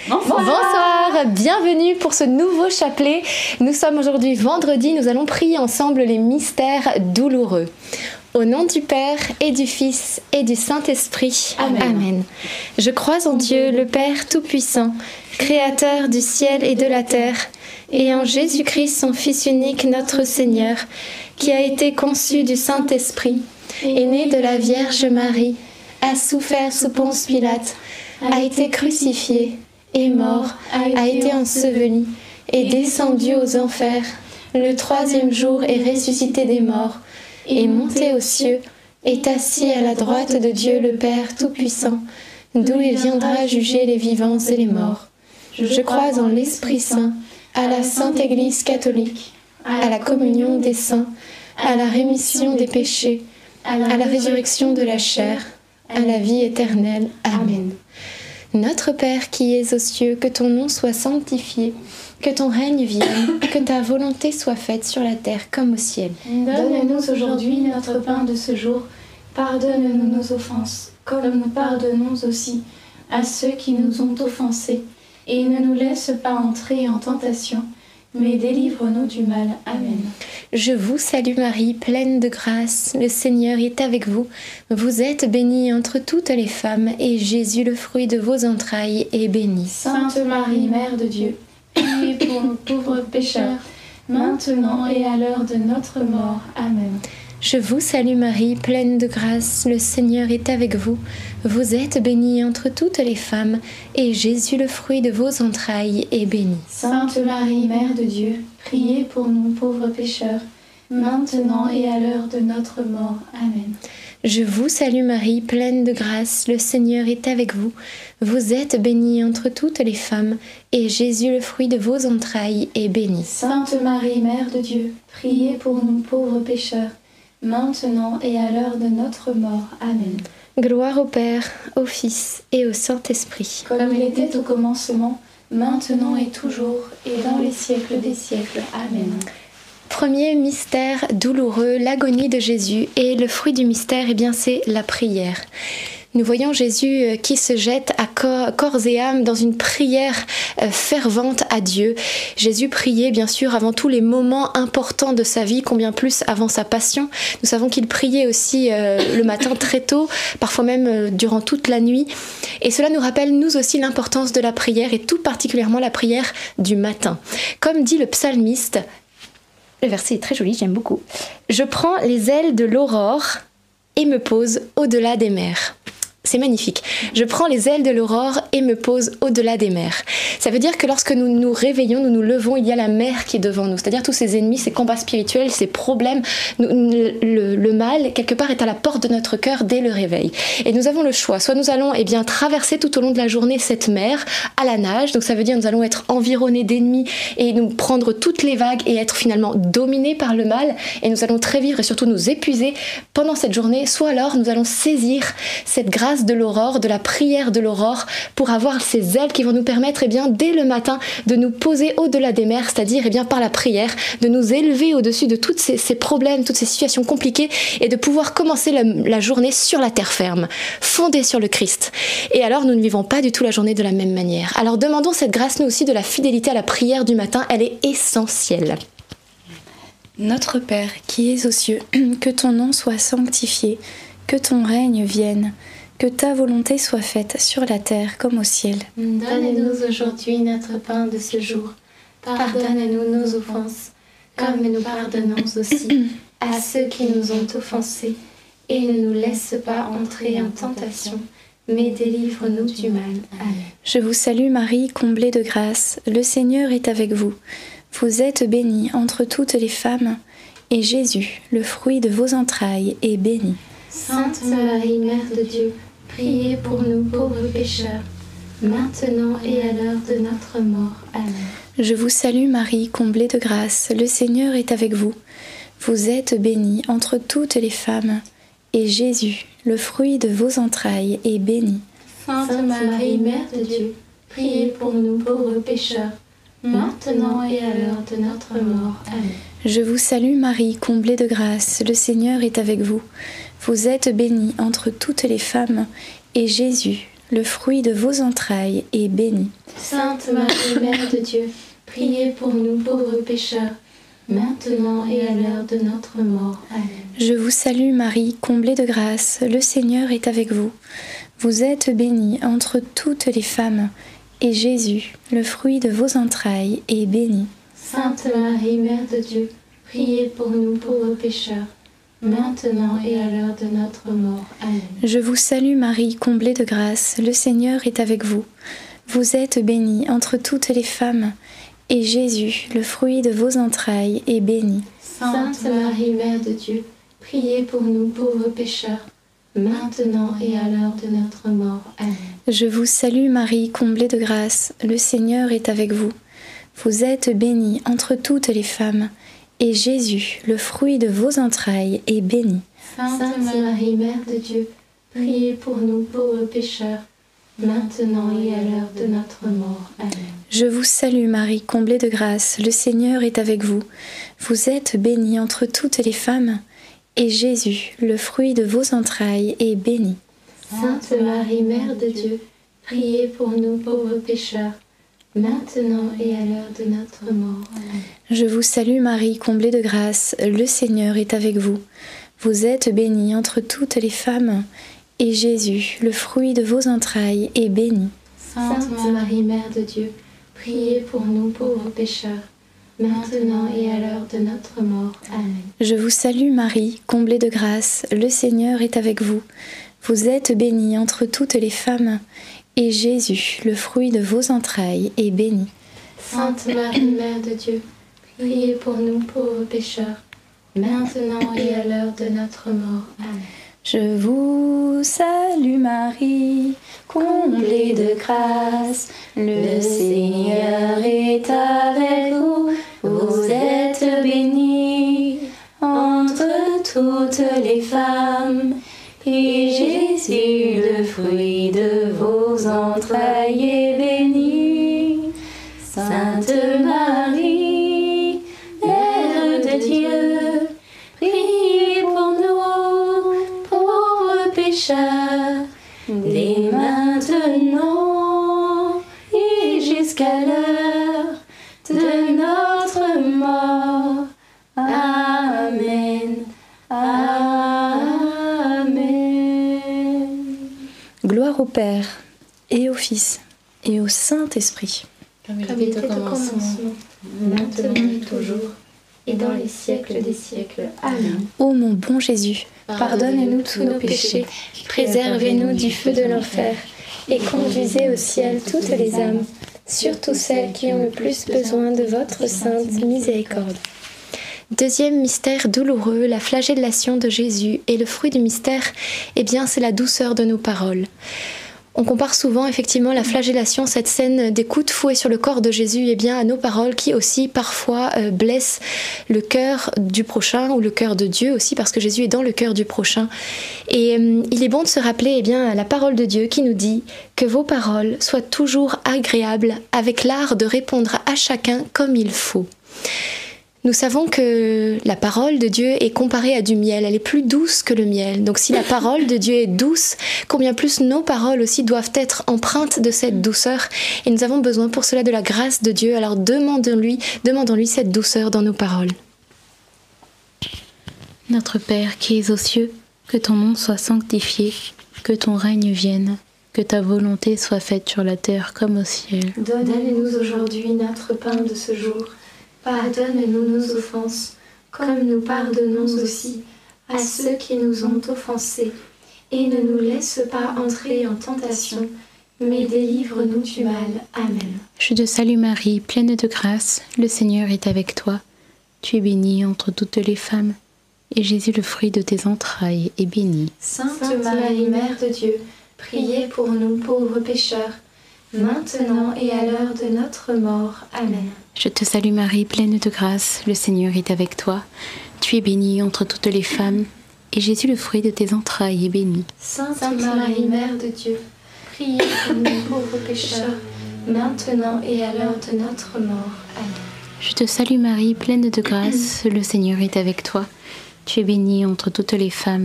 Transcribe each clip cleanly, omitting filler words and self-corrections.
Bonsoir, bienvenue pour ce nouveau chapelet. Nous sommes aujourd'hui vendredi, nous allons prier ensemble les mystères douloureux. Au nom du Père et du Fils et du Saint-Esprit. Amen. Amen. Je crois en Dieu, le Père Tout-Puissant, Créateur du ciel et de la terre, et en Jésus-Christ, son Fils unique, notre Seigneur, qui a été conçu du Saint-Esprit, est né de la Vierge Marie, a souffert sous Ponce Pilate, a été crucifié, est mort, a été enseveli, est descendu aux enfers, le troisième jour est ressuscité des morts, est monté aux cieux, est assis à la droite de Dieu le Père Tout-Puissant, d'où il viendra juger les vivants et les morts. Je crois en l'Esprit Saint, à la Sainte Église catholique, à la communion des saints, à la rémission des péchés, à la résurrection de la chair, à la vie éternelle. Amen. Notre Père qui es aux cieux, que ton nom soit sanctifié, que ton règne vienne, que ta volonté soit faite sur la terre comme au ciel. Donne-nous aujourd'hui notre pain de ce jour. Pardonne-nous nos offenses, comme nous pardonnons aussi à ceux qui nous ont offensés. Et ne nous laisse pas entrer en tentation, mais délivre-nous du mal. Amen. Je vous salue Marie, pleine de grâce, le Seigneur est avec vous. Vous êtes bénie entre toutes les femmes, et Jésus, le fruit de vos entrailles, est béni. Sainte Marie, Mère de Dieu, priez pour nous pauvres pécheurs, maintenant et à l'heure de notre mort. Amen. Je vous salue Marie, pleine de grâce, le Seigneur est avec vous. Vous êtes bénie entre toutes les femmes, et Jésus, le fruit de vos entrailles, est béni. Sainte Marie, Mère de Dieu, priez pour nous pauvres pécheurs, maintenant et à l'heure de notre mort. Amen. Je vous salue Marie, pleine de grâce, le Seigneur est avec vous. Vous êtes bénie entre toutes les femmes, et Jésus, le fruit de vos entrailles, est béni. Sainte Marie, Mère de Dieu, priez pour nous pauvres pécheurs, maintenant et à l'heure de notre mort. Amen. Gloire au Père, au Fils et au Saint-Esprit. Comme il était au commencement, maintenant et toujours, et dans les siècles des siècles. Amen. Premier mystère douloureux, l'agonie de Jésus. Et le fruit du mystère, eh bien, c'est la prière. Nous voyons Jésus qui se jette à corps et âme dans une prière fervente à Dieu. Jésus priait bien sûr avant tous les moments importants de sa vie, combien plus avant sa passion. Nous savons qu'il priait aussi le matin très tôt, parfois même durant toute la nuit. Et cela nous rappelle nous aussi l'importance de la prière et tout particulièrement la prière du matin. Comme dit le psalmiste, le verset est très joli, j'aime beaucoup. « Je prends les ailes de l'aurore et me pose au-delà des mers. » C'est magnifique. Je prends les ailes de l'aurore et me pose au-delà des mers. Ça veut dire que lorsque nous nous réveillons, nous nous levons, il y a la mer qui est devant nous. C'est-à-dire tous ces ennemis, ces combats spirituels, ces problèmes. Le mal, quelque part, est à la porte de notre cœur dès le réveil. Et nous avons le choix. Soit nous allons traverser tout au long de la journée cette mer à la nage. Donc ça veut dire que nous allons être environnés d'ennemis et nous prendre toutes les vagues et être finalement dominés par le mal. Et nous allons très vivre et surtout nous épuiser pendant cette journée. Soit alors nous allons saisir cette grâce de l'aurore, de la prière de l'aurore, pour avoir ces ailes qui vont nous permettre dès le matin de nous poser au-delà des mers, c'est-à-dire par la prière, de nous élever au-dessus de tous ces problèmes, toutes ces situations compliquées et de pouvoir commencer la journée sur la terre ferme, fondée sur le Christ. Et alors nous ne vivons pas du tout la journée de la même manière. Alors demandons cette grâce nous aussi de la fidélité à la prière du matin, elle est essentielle. Notre Père qui es aux cieux, que ton nom soit sanctifié, que ton règne vienne, que ta volonté soit faite sur la terre comme au ciel. Donne-nous aujourd'hui notre pain de ce jour. Pardonne-nous nos offenses, comme nous pardonnons aussi à ceux qui nous ont offensés. Et ne nous laisse pas entrer en tentation, mais délivre-nous du mal. Amen. Je vous salue Marie, comblée de grâce, le Seigneur est avec vous. Vous êtes bénie entre toutes les femmes, et Jésus, le fruit de vos entrailles, est béni. Sainte Marie, Mère de Dieu, priez pour nous pauvres pécheurs, maintenant et à l'heure de notre mort. Amen. Je vous salue Marie, comblée de grâce, le Seigneur est avec vous. Vous êtes bénie entre toutes les femmes, et Jésus, le fruit de vos entrailles, est béni. Sainte Marie, Mère de Dieu, priez pour nous pauvres pécheurs, maintenant et à l'heure de notre mort. Amen. Je vous salue Marie, comblée de grâce, le Seigneur est avec vous. Vous êtes bénie entre toutes les femmes, et Jésus, le fruit de vos entrailles est béni. Sainte Marie, Mère de Dieu, priez pour nous pauvres pécheurs, maintenant et à l'heure de notre mort. Amen. Je vous salue Marie, comblée de grâce, le Seigneur est avec vous. Vous êtes bénie entre toutes les femmes, et Jésus, le fruit de vos entrailles, est béni. Sainte Marie, Mère de Dieu, priez pour nous pauvres pécheurs, maintenant et à l'heure de notre mort. Amen. Je vous salue Marie, comblée de grâce, le Seigneur est avec vous. Vous êtes bénie entre toutes les femmes, et Jésus, le fruit de vos entrailles, est béni. Sainte Marie, Mère de Dieu, priez pour nous pauvres pécheurs, maintenant et à l'heure de notre mort. Amen. Je vous salue Marie, comblée de grâce, le Seigneur est avec vous. Vous êtes bénie entre toutes les femmes, et Jésus, le fruit de vos entrailles, est béni. Sainte Marie, Mère de Dieu, priez pour nous pauvres pécheurs, maintenant et à l'heure de notre mort. Amen. Je vous salue Marie, comblée de grâce, le Seigneur est avec vous. Vous êtes bénie entre toutes les femmes, et Jésus, le fruit de vos entrailles, est béni. Sainte Marie, Mère de Dieu, priez pour nous pauvres pécheurs, maintenant et à l'heure de notre mort. Amen. Je vous salue Marie, comblée de grâce, le Seigneur est avec vous. Vous êtes bénie entre toutes les femmes, et Jésus, le fruit de vos entrailles, est béni. Sainte Marie, Mère de Dieu, priez pour nous pauvres pécheurs, maintenant et à l'heure de notre mort. Amen. Je vous salue Marie, comblée de grâce, le Seigneur est avec vous. Vous êtes bénie entre toutes les femmes, et Jésus, le fruit de vos entrailles, est béni. Sainte Marie, Mère de Dieu, priez pour nous pauvres pécheurs, maintenant et à l'heure de notre mort. Amen. Je vous salue Marie, comblée de grâce, le Seigneur est avec vous. Vous êtes bénie entre toutes les femmes, et Jésus, le fruit de vos entrailles, est béni. Sainte Marie, Mère de Dieu, priez pour nous, pauvres pécheurs, dès maintenant et jusqu'à l'heure de notre mort. Amen. Amen. Gloire au Père, et au Fils, et au Saint-Esprit. Comme il était au commencement, maintenant et toujours, et dans les siècles des siècles. Amen. Ô mon bon Jésus, pardonne-nous tous nos péchés, Préservez-nous du feu de l'enfer et conduisez au ciel toutes les âmes, surtout celles qui ont le plus besoin de votre sainte miséricorde. Deuxième mystère douloureux, la flagellation de Jésus. Et le fruit du mystère, eh bien, c'est la douceur de nos paroles. On compare souvent effectivement la flagellation, cette scène des coups de fouet sur le corps de Jésus, eh bien, à nos paroles qui aussi parfois blessent le cœur du prochain ou le cœur de Dieu aussi, parce que Jésus est dans le cœur du prochain. Et il est bon de se rappeler eh bien, la parole de Dieu qui nous dit que vos paroles soient toujours agréables, avec l'art de répondre à chacun comme il faut. Nous savons que la parole de Dieu est comparée à du miel, elle est plus douce que le miel. Donc si la parole de Dieu est douce, combien plus nos paroles aussi doivent être empreintes de cette douceur. Et nous avons besoin pour cela de la grâce de Dieu, alors demandons-lui cette douceur dans nos paroles. Notre Père qui es aux cieux, que ton nom soit sanctifié, que ton règne vienne, que ta volonté soit faite sur la terre comme au ciel. Donne-nous aujourd'hui notre pain de ce jour. Pardonne-nous nos offenses, comme nous pardonnons aussi à ceux qui nous ont offensés. Et ne nous laisse pas entrer en tentation, mais délivre-nous du mal. Amen. Je te salue Marie, pleine de grâce, le Seigneur est avec toi. Tu es bénie entre toutes les femmes, et Jésus, le fruit de tes entrailles, est béni. Sainte Marie, Mère de Dieu, priez pour nous pauvres pécheurs, maintenant et à l'heure de notre mort. Amen. Je te salue Marie, pleine de grâce, le Seigneur est avec toi. Tu es bénie entre toutes les femmes, et Jésus, le fruit de tes entrailles, est béni. Sainte Marie, Mère de Dieu, priez pour nous pauvres pécheurs, maintenant et à l'heure de notre mort. Amen. Je te salue Marie, pleine de grâce, le Seigneur est avec toi. Tu es bénie entre toutes les femmes,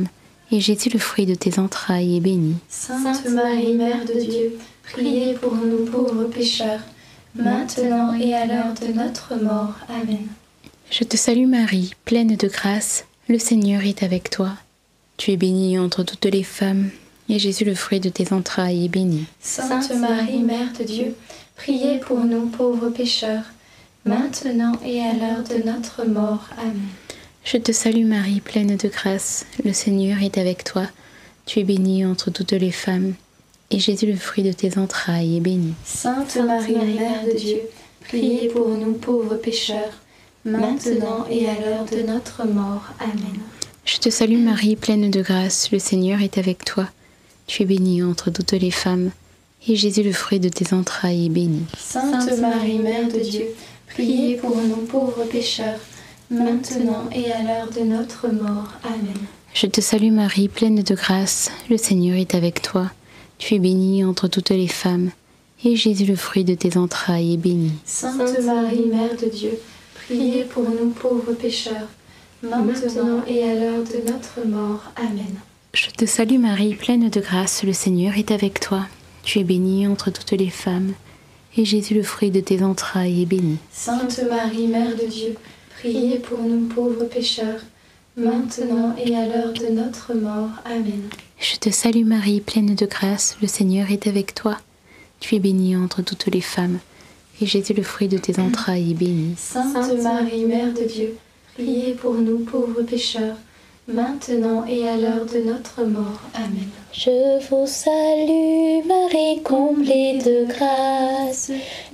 et Jésus, le fruit de tes entrailles, est béni. Sainte Marie, Mère de Dieu, priez pour nous pauvres pécheurs, maintenant et à l'heure de notre mort. Amen. Je te salue Marie, pleine de grâce, le Seigneur est avec toi. Tu es bénie entre toutes les femmes, et Jésus, le fruit de tes entrailles, est béni. Sainte Marie, Mère de Dieu, priez pour nous pauvres pécheurs, maintenant et à l'heure de notre mort. Amen. Je te salue Marie, pleine de grâce, le Seigneur est avec toi. Tu es bénie entre toutes les femmes, et Jésus, le fruit de tes entrailles, est béni. Sainte Marie, Mère de Dieu, priez pour nous pauvres pécheurs, maintenant et à l'heure de notre mort. Amen. Je te salue Marie, pleine de grâce, le Seigneur est avec toi. Tu es bénie entre toutes les femmes, et Jésus, le fruit de tes entrailles, est béni. Sainte Marie, Mère de Dieu, priez pour nous pauvres pécheurs, maintenant et à l'heure de notre mort. Amen. Je te salue Marie, pleine de grâce, le Seigneur est avec toi. Tu es bénie entre toutes les femmes, et Jésus, le fruit de tes entrailles, est béni. Sainte Marie, Mère de Dieu, priez pour nous pauvres pécheurs, maintenant et à l'heure de notre mort. Amen. Je te salue Marie, pleine de grâce, le Seigneur est avec toi. Tu es bénie entre toutes les femmes, et Jésus, le fruit de tes entrailles, est béni. Sainte Marie, Mère de Dieu, priez pour nous pauvres pécheurs, maintenant et à l'heure de notre mort. Amen. Je te salue Marie, pleine de grâce, le Seigneur est avec toi. Tu es bénie entre toutes les femmes, et Jésus, le fruit de tes entrailles, est béni. Sainte Marie, Mère de Dieu, priez pour nous pauvres pécheurs, maintenant et à l'heure de notre mort. Amen. Je vous salue, Marie, comblée de grâce.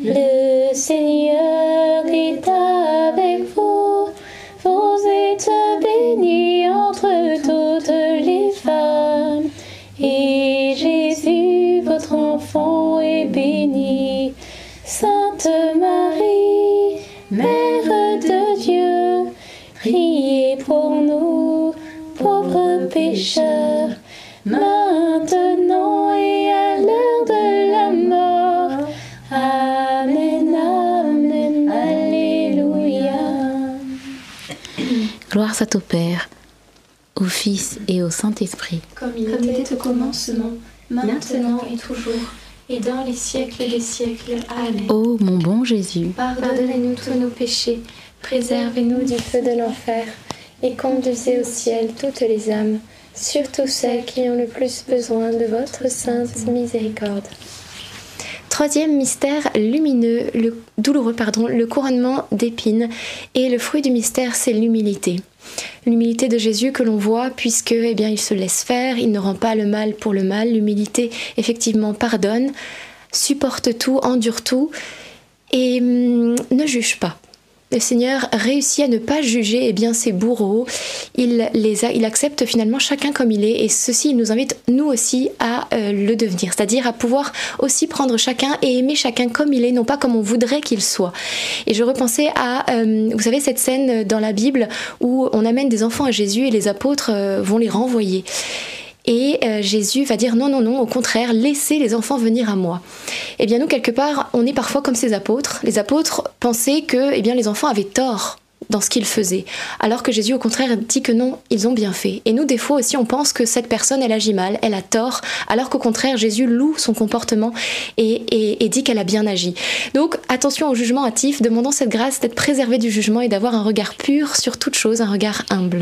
Le Seigneur est avec vous. Vous êtes bénie entre toutes les femmes. Et Jésus, votre enfant, est béni. Sainte Marie, Mère de Dieu, priez pour nous, pauvres pécheurs, maintenant et à l'heure de la mort. Amen, amen, alléluia. Gloire à ton Père, au Fils et au Saint-Esprit. Comme il était au commencement, maintenant et toujours, et dans les siècles des siècles. Amen. Ô mon bon Jésus, Pardonnez-nous tous nos péchés, préservez-nous du feu de l'enfer, et conduisez au ciel toutes les âmes, surtout celles qui ont le plus besoin de votre sainte miséricorde. Troisième mystère lumineux, douloureux, le couronnement d'épines. Et le fruit du mystère, c'est l'humilité. L'humilité de Jésus que l'on voit puisque il se laisse faire, il ne rend pas le mal pour le mal. L'humilité, effectivement, pardonne, supporte tout, endure tout et ne juge pas. Le Seigneur réussit à ne pas juger ses bourreaux. Il accepte finalement chacun comme il est, et ceci il nous invite nous aussi à le devenir, c'est-à-dire à pouvoir aussi prendre chacun et aimer chacun comme il est, non pas comme on voudrait qu'il soit. Et je repensais à, vous savez, cette scène dans la Bible où on amène des enfants à Jésus et les apôtres vont les renvoyer. Et Jésus va dire non, au contraire, laissez les enfants venir à moi. Eh bien nous, quelque part, on est parfois comme ces apôtres. Les apôtres pensaient que les enfants avaient tort dans ce qu'ils faisaient, alors que Jésus, au contraire, dit que non, ils ont bien fait. Et nous, des fois aussi, on pense que cette personne, elle agit mal, elle a tort, alors qu'au contraire, Jésus loue son comportement et dit qu'elle a bien agi. Donc, attention au jugement hâtif, demandons cette grâce d'être préservé du jugement et d'avoir un regard pur sur toute chose, un regard humble.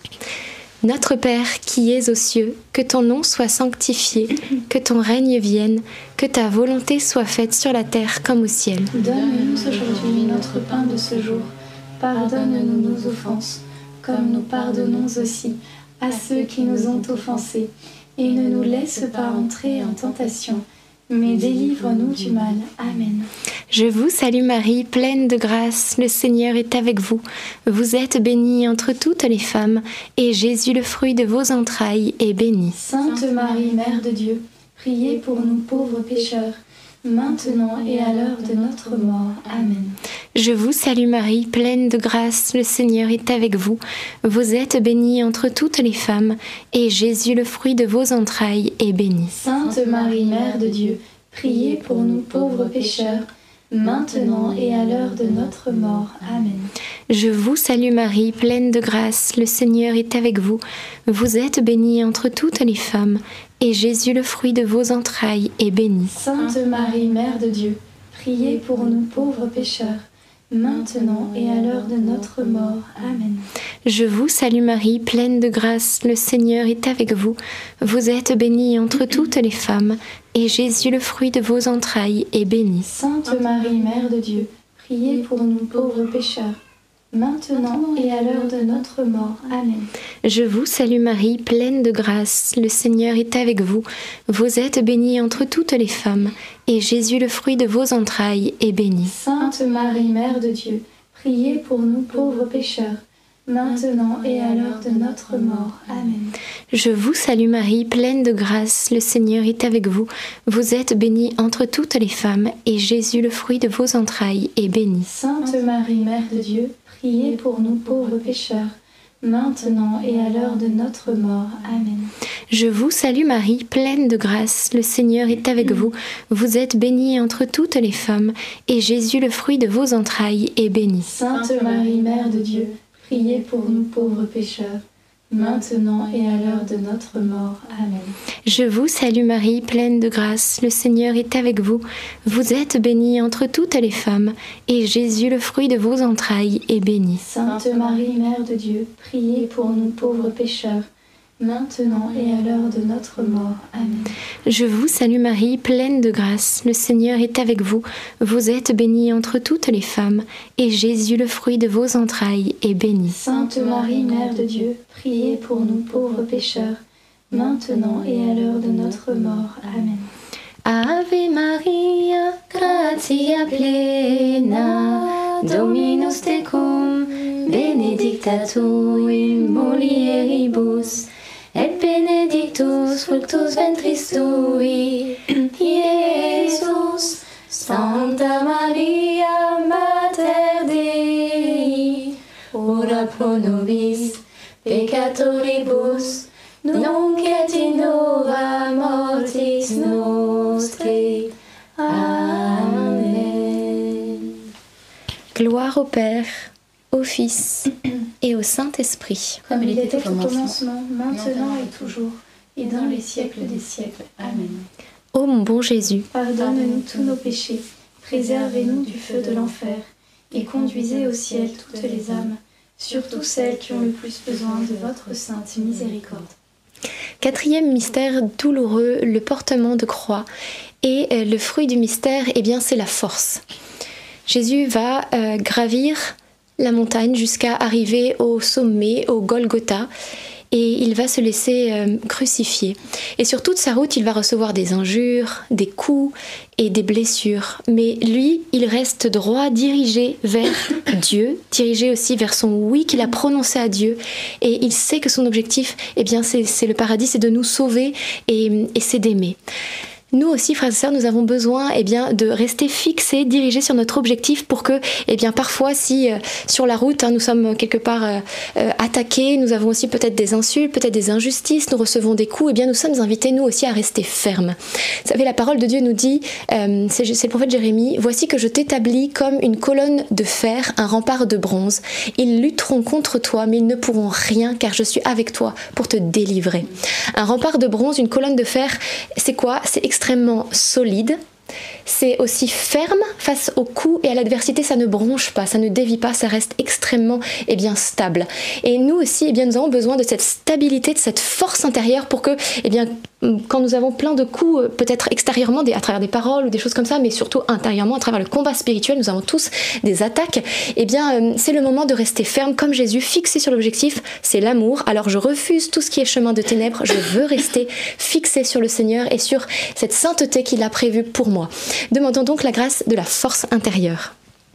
Notre Père qui es aux cieux, que ton nom soit sanctifié, que ton règne vienne, que ta volonté soit faite sur la terre comme au ciel. Donne-nous aujourd'hui notre pain de ce jour. Pardonne-nous nos offenses, comme nous pardonnons aussi à ceux qui nous ont offensés. Et ne nous laisse pas entrer en tentation, mais délivre-nous du mal. Amen. Je vous salue Marie, pleine de grâce, le Seigneur est avec vous. Vous êtes bénie entre toutes les femmes, et Jésus, le fruit de vos entrailles, est béni. Sainte Marie, Mère de Dieu, priez pour nous pauvres pécheurs, maintenant et à l'heure de notre mort. Amen. Je vous salue Marie, pleine de grâce, le Seigneur est avec vous. Vous êtes bénie entre toutes les femmes, et Jésus, le fruit de vos entrailles, est béni. Sainte Marie, Mère de Dieu, priez pour nous pauvres pécheurs, maintenant et à l'heure de notre mort. Amen. Je vous salue Marie, pleine de grâce, le Seigneur est avec vous. Vous êtes bénie entre toutes les femmes, et Jésus, le fruit de vos entrailles, est béni. Sainte Marie, Mère de Dieu, priez pour nous pauvres pécheurs, maintenant et à l'heure de notre mort. Amen. Je vous salue Marie, pleine de grâce, le Seigneur est avec vous. Vous êtes bénie entre toutes les femmes, et Jésus, le fruit de vos entrailles, est béni. Sainte Marie, Mère de Dieu, priez pour nous pauvres pécheurs, maintenant et à l'heure de notre mort. Amen. Je vous salue Marie, pleine de grâce, le Seigneur est avec vous. Vous êtes bénie entre toutes les femmes, et Jésus, le fruit de vos entrailles, est béni. Sainte Marie, Mère de Dieu, priez pour nous pauvres pécheurs, maintenant et à l'heure de notre mort. Amen. Je vous salue Marie, pleine de grâce, le Seigneur est avec vous. Vous êtes bénie entre toutes les femmes, et Jésus, le fruit de vos entrailles, est béni. Sainte Marie, Mère de Dieu, priez pour nous pauvres pécheurs, maintenant et à l'heure de notre mort. Amen. Je vous salue Marie, pleine de grâce, le Seigneur est avec vous. Vous êtes bénie entre toutes les femmes, et Jésus, le fruit de vos entrailles, est béni. Sainte Marie, Mère de Dieu, priez pour nous pauvres pécheurs, maintenant et à l'heure de notre mort. Amen. Je vous salue Marie, pleine de grâce, le Seigneur est avec vous. Vous êtes bénie entre toutes les femmes, et Jésus, le fruit de vos entrailles, est béni. Sainte Marie, Mère de Dieu, priez pour nous pauvres pécheurs, maintenant et à l'heure de notre mort. Amen. Je vous salue Marie, pleine de grâce, le Seigneur est avec vous. Vous êtes bénie entre toutes les femmes, et Jésus, le fruit de vos entrailles, est béni. Sainte Marie, Mère de Dieu, priez pour nous pauvres pécheurs, maintenant et à l'heure de notre mort. Amen. Ave Maria, gratia plena, Dominus tecum, benedicta tu in mulieribus, et benedictus fructus ventris tui, Iesus. Santa Maria, Mater Dei, ora pro nobis peccatoribus, nunc et in hora mortis nostrae. Amen. Gloire au Père, au Fils et au Saint-Esprit. Comme il était au commencement, maintenant et toujours, et dans les siècles des siècles. Amen. Ô mon bon Jésus, Pardonne-nous tous nos péchés, préservez-nous du feu de l'enfer, et conduisez au ciel toutes les âmes, surtout celles qui ont le plus besoin de votre sainte miséricorde. 4e mystère douloureux, le portement de croix. Et le fruit du mystère, eh bien, c'est la force. Jésus va gravir la montagne jusqu'à arriver au sommet, au Golgotha, et il va se laisser crucifier. Et sur toute sa route, il va recevoir des injures, des coups et des blessures. Mais lui, il reste droit, dirigé vers Dieu, dirigé aussi vers son oui qu'il a prononcé à Dieu. Et il sait que son objectif, eh bien, c'est le paradis, c'est de nous sauver et c'est d'aimer. Nous aussi, frères et sœurs, nous avons besoin de rester fixés, dirigés sur notre objectif pour que, parfois, si sur la route, nous sommes quelque part attaqués, nous avons aussi peut-être des insultes, peut-être des injustices, nous recevons des coups, nous sommes invités, nous aussi, à rester fermes. Vous savez, la parole de Dieu nous dit, c'est le prophète Jérémie, « Voici que je t'établis comme une colonne de fer, un rempart de bronze. Ils lutteront contre toi, mais ils ne pourront rien, car je suis avec toi pour te délivrer. » Un rempart de bronze, une colonne de fer, c'est quoi ? C'est extrêmement solide, c'est aussi ferme face aux coups et à l'adversité, ça ne bronche pas, ça ne dévie pas, ça reste extrêmement stable. Et nous aussi, nous avons besoin de cette stabilité, de cette force intérieure pour que, quand nous avons plein de coups, peut-être extérieurement, à travers des paroles ou des choses comme ça, mais surtout intérieurement, à travers le combat spirituel, nous avons tous des attaques, c'est le moment de rester ferme comme Jésus, fixé sur l'objectif, c'est l'amour. Alors je refuse tout ce qui est chemin de ténèbres, je veux rester fixé sur le Seigneur et sur cette sainteté qu'il a prévue pour moi. Demandons donc la grâce de la force intérieure.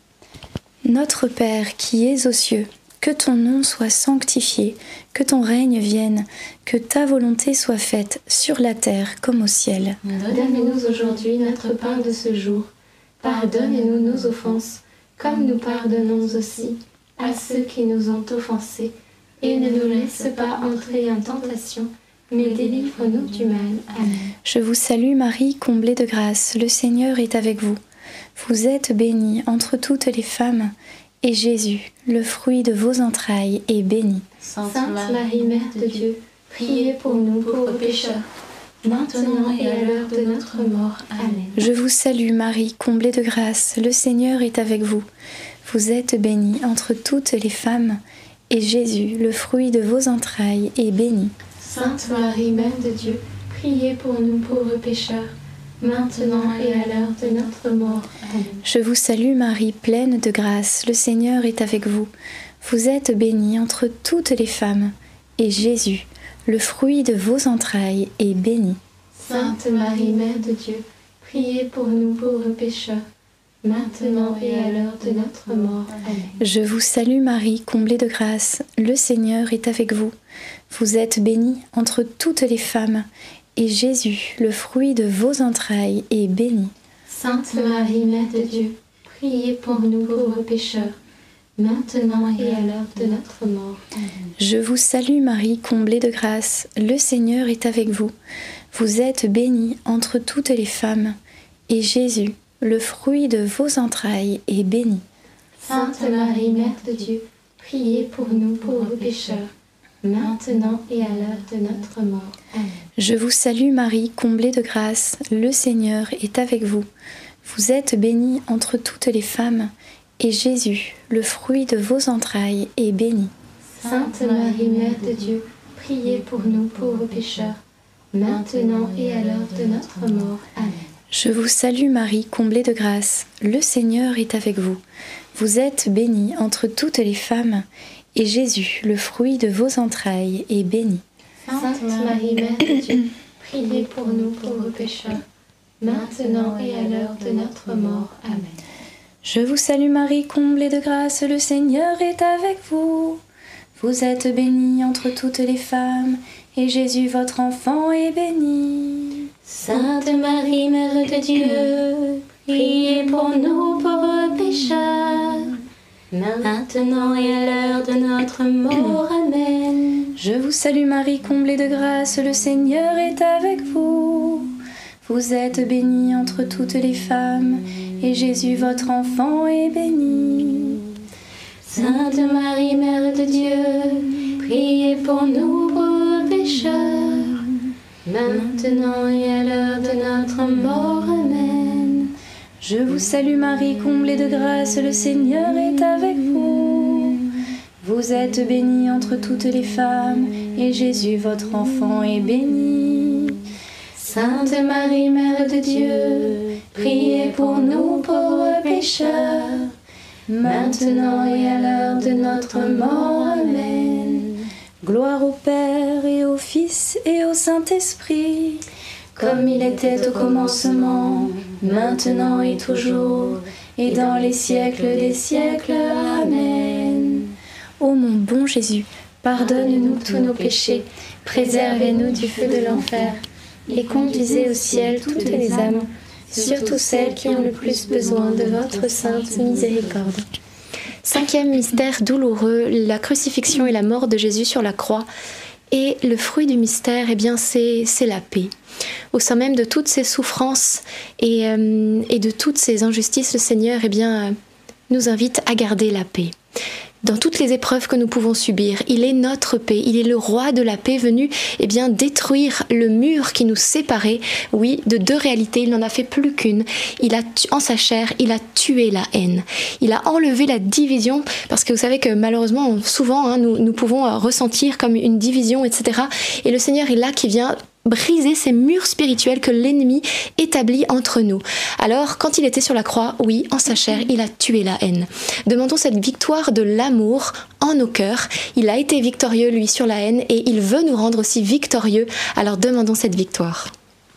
Notre Père qui es aux cieux, que ton nom soit sanctifié, que ton règne vienne, que ta volonté soit faite sur la terre comme au ciel. Donne-nous aujourd'hui notre pain de ce jour. Pardonne-nous nos offenses, comme nous pardonnons aussi à ceux qui nous ont offensés. Et ne nous laisse pas entrer en tentation, mais délivre-nous du mal. Amen. Je vous salue Marie, comblée de grâce, le Seigneur est avec vous. Vous êtes bénie entre toutes les femmes, et Jésus, le fruit de vos entrailles, est béni. Sainte Marie, Mère de Dieu, priez pour nous pauvres pécheurs, maintenant et à l'heure de notre mort. Amen. Je vous salue Marie, comblée de grâce, le Seigneur est avec vous. Vous êtes bénie entre toutes les femmes, et Jésus, le fruit de vos entrailles, est béni. Sainte Marie, Mère de Dieu, priez pour nous pauvres pécheurs, maintenant et à l'heure de notre mort. Amen. Je vous salue Marie, pleine de grâce, le Seigneur est avec vous. Vous êtes bénie entre toutes les femmes, et Jésus, le fruit de vos entrailles, est béni. Sainte Marie, Mère de Dieu, priez pour nous pauvres pécheurs, maintenant et à l'heure de notre mort. Amen. Je vous salue Marie, comblée de grâce, le Seigneur est avec vous. Vous êtes bénie entre toutes les femmes, et Jésus, le fruit de vos entrailles, est béni. Sainte Marie, Mère de Dieu, priez pour nous pauvres pécheurs, maintenant et à l'heure de notre mort. Amen. Je vous salue Marie, comblée de grâce, le Seigneur est avec vous. Vous êtes bénie entre toutes les femmes, et Jésus, le fruit de vos entrailles, est béni. Sainte Marie, Mère de Dieu, priez pour nous pauvres pécheurs, maintenant et à l'heure de notre mort. Amen. Je vous salue Marie, comblée de grâce, le Seigneur est avec vous. Vous êtes bénie entre toutes les femmes, et Jésus, le fruit de vos entrailles, est béni. Sainte Marie, Mère de Dieu, priez pour nous pauvres pécheurs, maintenant et à l'heure de notre mort. Amen. Je vous salue Marie, comblée de grâce, le Seigneur est avec vous. Vous êtes bénie entre toutes les femmes, et Jésus, le fruit de vos entrailles, est béni. Sainte Marie, Mère de Dieu, priez pour nous pauvres pécheurs, maintenant et à l'heure de notre mort. Amen. Je vous salue Marie, comblée de grâce, le Seigneur est avec vous. Vous êtes bénie entre toutes les femmes, et Jésus, votre enfant, est béni. Sainte Marie, Mère de Dieu, priez pour nous pauvres pécheurs, maintenant et à l'heure de notre mort. Amen. Je vous salue Marie, comblée de grâce, le Seigneur est avec vous. Vous êtes bénie entre toutes les femmes, et Jésus, votre enfant, est béni. Sainte Marie, Mère de Dieu, priez pour nous pauvres pécheurs, maintenant et à l'heure de notre mort. Amen. Je vous salue Marie, comblée de grâce, le Seigneur est avec vous. Vous êtes bénie entre toutes les femmes, et Jésus, votre enfant, est béni. Sainte Marie, Mère de Dieu, priez pour nous pauvres pécheurs, maintenant et à l'heure de notre mort. Amen. Gloire au Père et au Fils et au Saint-Esprit, comme il était au commencement, maintenant et toujours, et dans les siècles des siècles. Amen. Ô mon bon Jésus, pardonne-nous tous nos péchés, préservez-nous du feu de l'enfer, et conduisez au ciel toutes les âmes, surtout celles qui ont le plus besoin de votre sainte miséricorde. 5e mystère douloureux, la crucifixion et la mort de Jésus sur la croix. Et le fruit du mystère, eh bien, c'est la paix. Au sein même de toutes ces souffrances et de toutes ces injustices, le Seigneur, eh bien, nous invite à garder la paix. Dans toutes les épreuves que nous pouvons subir, il est notre paix, il est le roi de la paix venu eh bien, détruire le mur qui nous séparait, oui, de deux réalités, il n'en a fait plus qu'une. En sa chair, il a tué la haine. Il a enlevé la division, parce que vous savez que malheureusement, souvent, nous pouvons ressentir comme une division, etc. Et le Seigneur est là qui vient briser ces murs spirituels que l'ennemi établit entre nous. Alors, quand il était sur la croix, oui, en sa chair, il a tué la haine. Demandons cette victoire de l'amour en nos cœurs. Il a été victorieux, lui, sur la haine, et il veut nous rendre aussi victorieux. Alors, demandons cette victoire.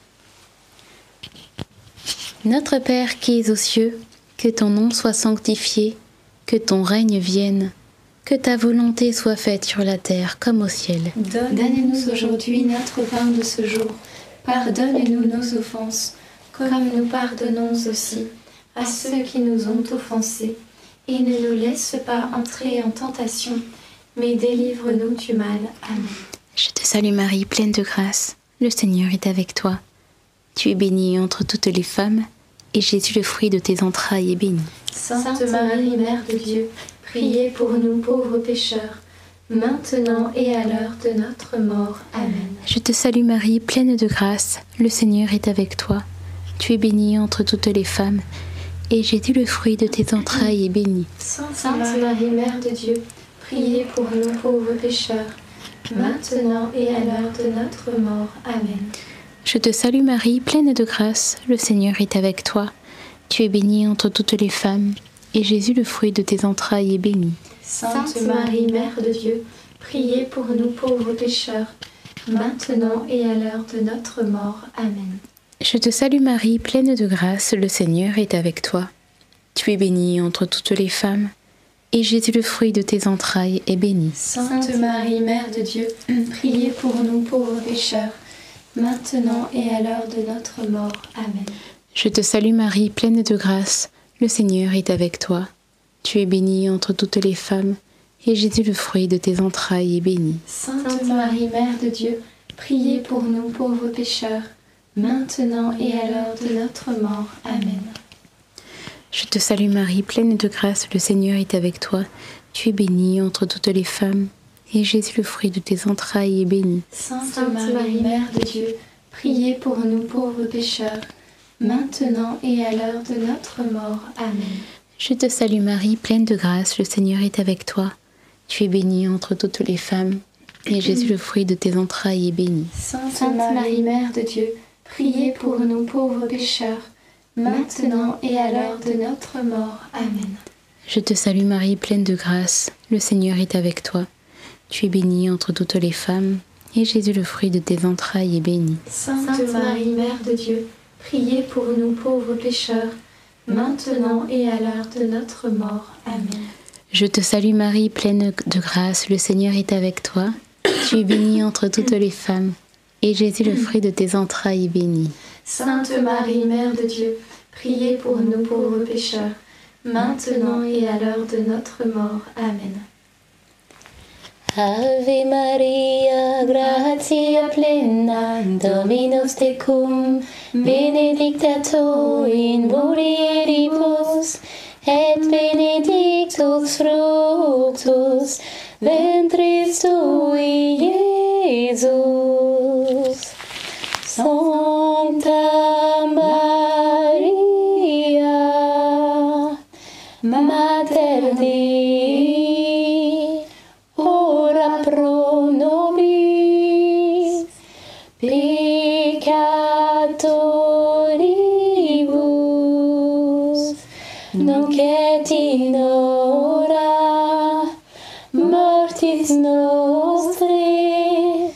Notre Père qui es aux cieux, que ton nom soit sanctifié, que ton règne vienne. Que ta volonté soit faite sur la terre comme au ciel. Donne-nous aujourd'hui notre pain de ce jour. Pardonne-nous nos offenses, comme nous pardonnons aussi à ceux qui nous ont offensés. Et ne nous laisse pas entrer en tentation, mais délivre-nous du mal. Amen. Je te salue Marie, pleine de grâce. Le Seigneur est avec toi. Tu es bénie entre toutes les femmes, et Jésus, le fruit de tes entrailles, est béni. Sainte Marie, Mère de Dieu, priez pour nous pauvres pécheurs, maintenant et à l'heure de notre mort. Amen. Je te salue Marie, pleine de grâce, le Seigneur est avec toi. Tu es bénie entre toutes les femmes, et Jésus, le fruit de tes entrailles, est béni. Sainte Marie, Mère de Dieu, priez pour nous pauvres pécheurs, maintenant et à l'heure de notre mort. Amen. Je te salue Marie, pleine de grâce, le Seigneur est avec toi. Tu es bénie entre toutes les femmes, et Jésus, le fruit de tes entrailles, est béni. Sainte Marie, Mère de Dieu, priez pour nous pauvres pécheurs, maintenant et à l'heure de notre mort. Amen. Je te salue Marie, pleine de grâce, le Seigneur est avec toi. Tu es bénie entre toutes les femmes, et Jésus, le fruit de tes entrailles, est béni. Sainte Marie, Mère de Dieu, priez pour nous pauvres pécheurs, maintenant et à l'heure de notre mort. Amen. Je te salue Marie, pleine de grâce, le Seigneur est avec toi. Tu es bénie entre toutes les femmes, et Jésus, le fruit de tes entrailles, est béni. Sainte Marie, Mère de Dieu, priez pour nous pauvres pécheurs, maintenant et à l'heure de notre mort. Amen. Je te salue Marie, pleine de grâce, le Seigneur est avec toi. Tu es bénie entre toutes les femmes, et Jésus, le fruit de tes entrailles, est béni. Sainte Marie, Mère de Dieu, priez pour nous pauvres pécheurs, maintenant et à l'heure de notre mort. Amen. Je te salue Marie, pleine de grâce, le Seigneur est avec toi. Tu es bénie entre toutes les femmes, et Jésus, le fruit de tes entrailles, est béni. Sainte Marie, Mère de Dieu, priez pour nous pauvres pécheurs, maintenant et à l'heure de notre mort. Amen. Je te salue Marie, pleine de grâce, le Seigneur est avec toi. Tu es bénie entre toutes les femmes, et Jésus, le fruit de tes entrailles, est béni. Sainte Marie, Mère de Dieu, priez pour nous pauvres pécheurs, maintenant et à l'heure de notre mort. Amen. Je te salue Marie, pleine de grâce, le Seigneur est avec toi. Tu es bénie entre toutes les femmes, et Jésus, le fruit de tes entrailles, est béni. Sainte Marie, Mère de Dieu, priez pour nous pauvres pécheurs, maintenant et à l'heure de notre mort. Amen. Ave Maria, gratia plena, Dominus tecum, benedicta tu in mulieribus, et benedictus fructus ventris tui, Iesus. Sancta Maria, Mater Dei, ora pro nobis peccatoribus, nunc et in hora mortis nostre.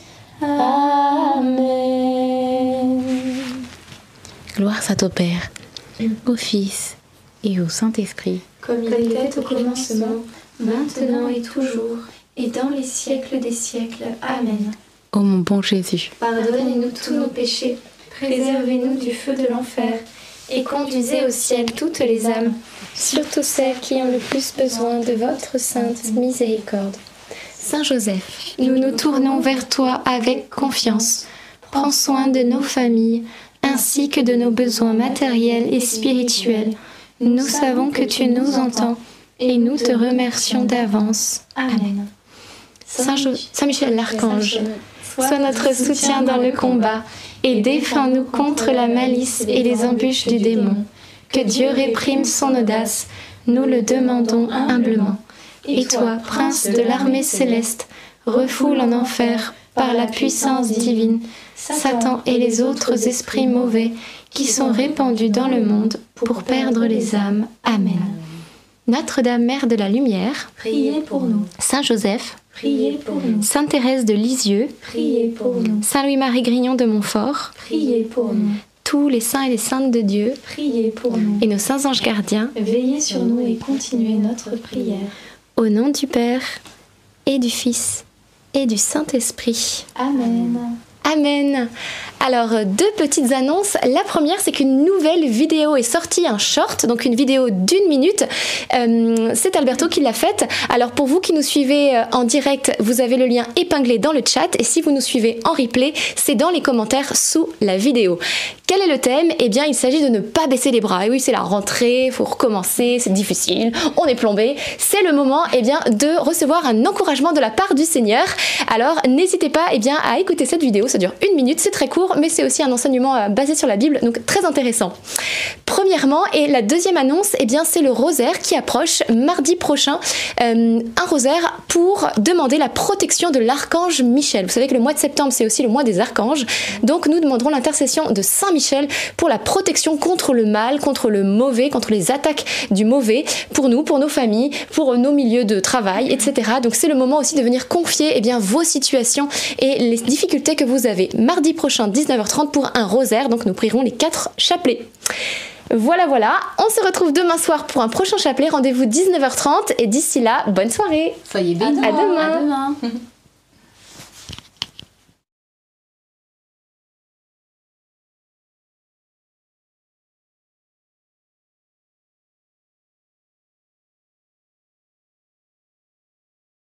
Amen. Gloire soit au Père, au Fils et au Saint-Esprit. Comme il était au commencement, maintenant et toujours, et dans les siècles des siècles. Amen. Ô mon bon Jésus, Pardonnez-nous tous nos péchés, préservez-nous du feu de l'enfer, et conduisez au ciel toutes les âmes, surtout celles qui ont le plus besoin de votre sainte miséricorde. Saint Joseph, nous nous tournons vers toi avec confiance. Prends soin de nos familles, ainsi que de nos besoins matériels et spirituels. Nous savons que tu nous entends et nous te remercions d'avance. Amen. Saint Michel l'Archange, sois notre soutien dans le combat et défends-nous contre la malice et les embûches du démon. Que Dieu réprime son audace, nous le demandons humblement. Et toi, prince de l'armée céleste, refoule en enfer par la puissance divine Satan et les autres esprits mauvais qui sont répandus dans le monde pour perdre les âmes. Amen. Notre-Dame, Mère de la Lumière, Priez pour nous. Saint Joseph, Priez pour nous. Sainte Thérèse de Lisieux, Priez pour nous. Saint Louis-Marie Grignon de Montfort, Priez pour nous. tous les saints et les saintes de Dieu, Priez pour nous. et nos saints anges gardiens, Veillez sur nous et continuez notre prière. au nom du Père, et du Fils, et du Saint-Esprit. Amen. Amen. Alors, 2 petites annonces. La première, c'est qu'une nouvelle vidéo est sortie, un short, donc une vidéo d'1 minute. C'est Alberto qui l'a faite. Alors, pour vous qui nous suivez en direct, vous avez le lien épinglé dans le chat. Et si vous nous suivez en replay, c'est dans les commentaires sous la vidéo. Quel est le thème? Eh bien, il s'agit de ne pas baisser les bras. Et oui, c'est la rentrée, il faut recommencer, c'est difficile, on est plombé. C'est le moment eh bien, de recevoir un encouragement de la part du Seigneur. Alors, n'hésitez pas eh bien, à écouter cette vidéo. Ça dure 1 minute, c'est très court, mais c'est aussi un enseignement basé sur la Bible, donc très intéressant. Premièrement, et la deuxième annonce, eh bien, c'est le rosaire qui approche mardi prochain. Un rosaire pour demander la protection de l'archange Michel. Vous savez que le mois de septembre, c'est aussi le mois des archanges. Donc, nous demanderons l'intercession de Saint Michel pour la protection contre le mal, contre le mauvais, contre les attaques du mauvais, pour nous, pour nos familles, pour nos milieux de travail, etc. Donc, c'est le moment aussi de venir confier eh bien, vos situations et les difficultés que vous avez. Mardi prochain, 19h30 pour un rosaire. Donc, nous prierons les 4 chapelets. Voilà, on se retrouve demain soir pour un prochain chapelet, rendez-vous 19h30 et d'ici là, bonne soirée. Soyez bénis. À demain. À demain.